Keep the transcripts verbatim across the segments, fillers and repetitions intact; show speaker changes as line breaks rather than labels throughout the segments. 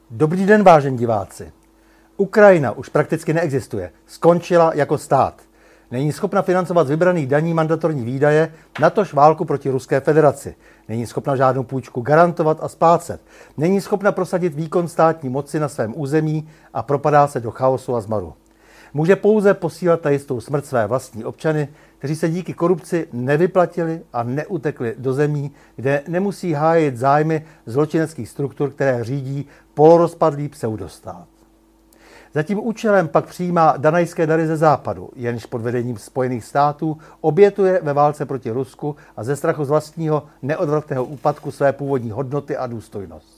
Dobrý den, vážení diváci. Ukrajina už prakticky neexistuje. Skončila jako stát. Není schopna financovat z vybraných daní mandatorní výdaje, natož válku proti Ruské federaci. Není schopna žádnou půjčku garantovat a splácet. Není schopna prosadit výkon státní moci na svém území a propadá se do chaosu a zmaru. Může pouze posílat na jistou smrt své vlastní občany, kteří se díky korupci nevyplatili a neutekli do zemí, kde nemusí hájit zájmy zločineckých struktur, které řídí polorozpadlý pseudostát. Za tím účelem pak přijímá danajské dary ze západu, jenž pod vedením Spojených států obětuje ve válce proti Rusku a ze strachu z vlastního neodvratného úpadku své původní hodnoty a důstojnost.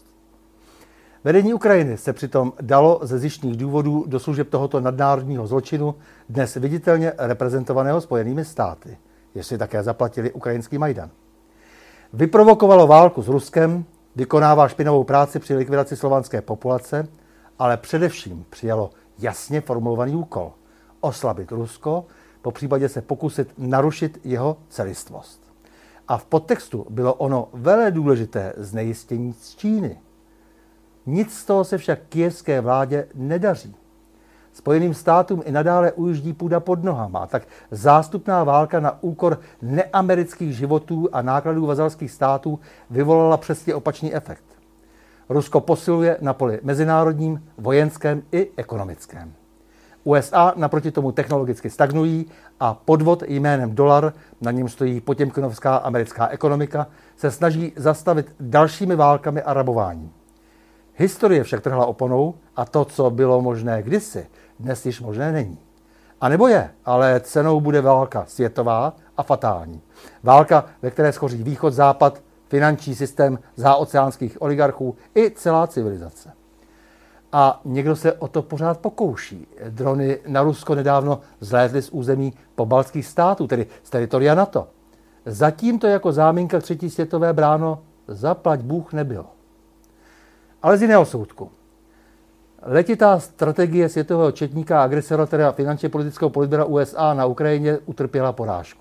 Vedení Ukrajiny se přitom dalo ze zištných důvodů do služeb tohoto nadnárodního zločinu, dnes viditelně reprezentovaného Spojenými státy, jež si také zaplatili ukrajinský Majdan. Vyprovokovalo válku s Ruskem, vykonává špinavou práci při likvidaci slovanské populace, ale především přijalo jasně formulovaný úkol – oslabit Rusko, popřípadě se pokusit narušit jeho celistvost. A v podtextu bylo ono vele důležité znejistění z Číny. Nic z toho se však kyjevské vládě nedaří. Spojeným státům i nadále ujíždí půda pod nohama, a tak zástupná válka na úkor neamerických životů a nákladů vazalských států vyvolala přesně opačný efekt. Rusko posiluje na poli mezinárodním, vojenském i ekonomickém. U S A naproti tomu technologicky stagnují a podvod jménem dolar, na něm stojí potěmkinovská americká ekonomika, se snaží zastavit dalšími válkami a rabováním. Historie však trhla oponou a to, co bylo možné kdysi, dnes již možné není. A nebo je, ale cenou bude válka světová a fatální. Válka, ve které schoří východ, západ, finanční systém záoceánských oligarchů i celá civilizace. A někdo se o to pořád pokouší. Drony na Rusko nedávno zlétly z území pobaltských států, tedy z teritoria NATO. Zatím to jako záminka třetí světové bráno zaplať Bůh nebylo. Ale z jiného soudku. Letitá strategie světového četníka a agresora, teda finančně politického politběra U S A na Ukrajině, utrpěla porážku.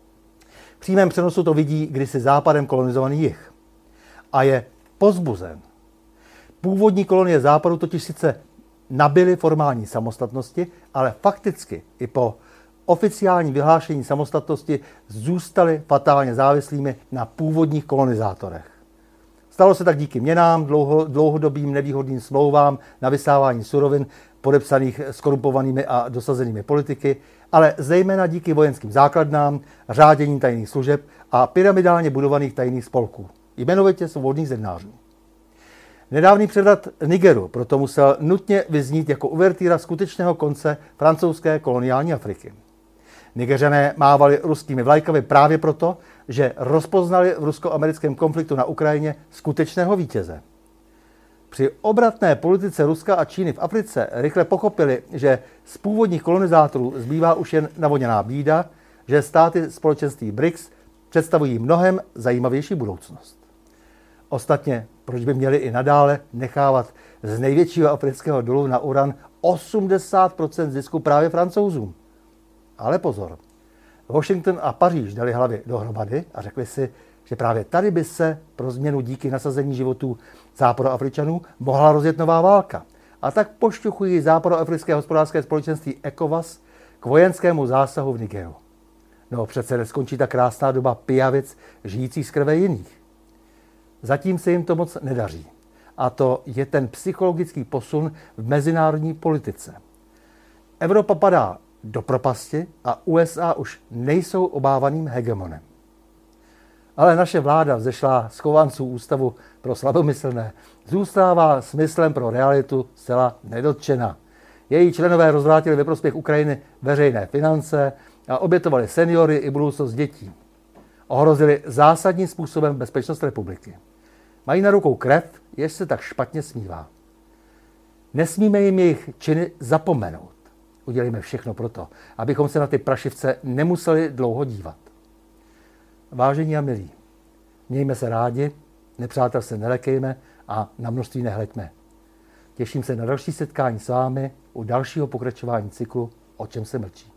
V přímém přenosu to vidí kdysi západem kolonizovaný jih. A je pozbuzen. Původní kolonie západu totiž sice nabyly formální samostatnosti, ale fakticky i po oficiálním vyhlášení samostatnosti zůstaly fatálně závislými na původních kolonizátorech. Stalo se tak díky měnám, dlouho, dlouhodobým nevýhodným smlouvám na vysávání surovin podepsaných skorumpovanými a dosazenými politiky, ale zejména díky vojenským základnám, řádění tajných služeb a pyramidálně budovaných tajných spolků, jmenovitě svobodných zednářů. Nedávný převrat Nigeru proto musel nutně vyznít jako uvertýra skutečného konce francouzské koloniální Afriky. Nigeřané mávali ruskými vlajkami právě proto, že rozpoznali v rusko-americkém konfliktu na Ukrajině skutečného vítěze. Při obratné politice Ruska a Číny v Africe rychle pochopili, že z původních kolonizátorů zbývá už jen navoněná bída, že státy společenství B R I C S představují mnohem zajímavější budoucnost. Ostatně, proč by měli i nadále nechávat z největšího afrického dolu na uran osmdesát procent zisku právě Francouzům? Ale pozor, Washington a Paříž dali hlavy dohromady a řekli si, že právě tady by se pro změnu díky nasazení životů západoafričanů mohla rozjet nová válka. A tak pošťuchují západoafrické hospodářské společenství ECOWAS k vojenskému zásahu v Nigeru. No přece neskončí ta krásná doba pijavic žijících z krve jiných. Zatím se jim to moc nedaří. A to je ten psychologický posun v mezinárodní politice. Evropa padá do propasti a U S A už nejsou obávaným hegemonem. Ale naše vláda, vzešlá z chovanců Ústavu pro slabomyslné, zůstává smyslem pro realitu zcela nedotčena. Její členové rozvrátili ve prospěch Ukrajiny veřejné finance a obětovali seniory i budoucnost dětí. Ohrozili zásadním způsobem bezpečnost republiky. Mají na rukou krev, jež se tak špatně smívá. Nesmíme jim jejich činy zapomenout. Udělejme všechno proto, abychom se na ty prašivce nemuseli dlouho dívat. Vážení a milí, mějme se rádi, nepřátel se nelekejme a na množství nehleďme. Těším se na další setkání s vámi u dalšího pokračování cyklu O čem se mlčí.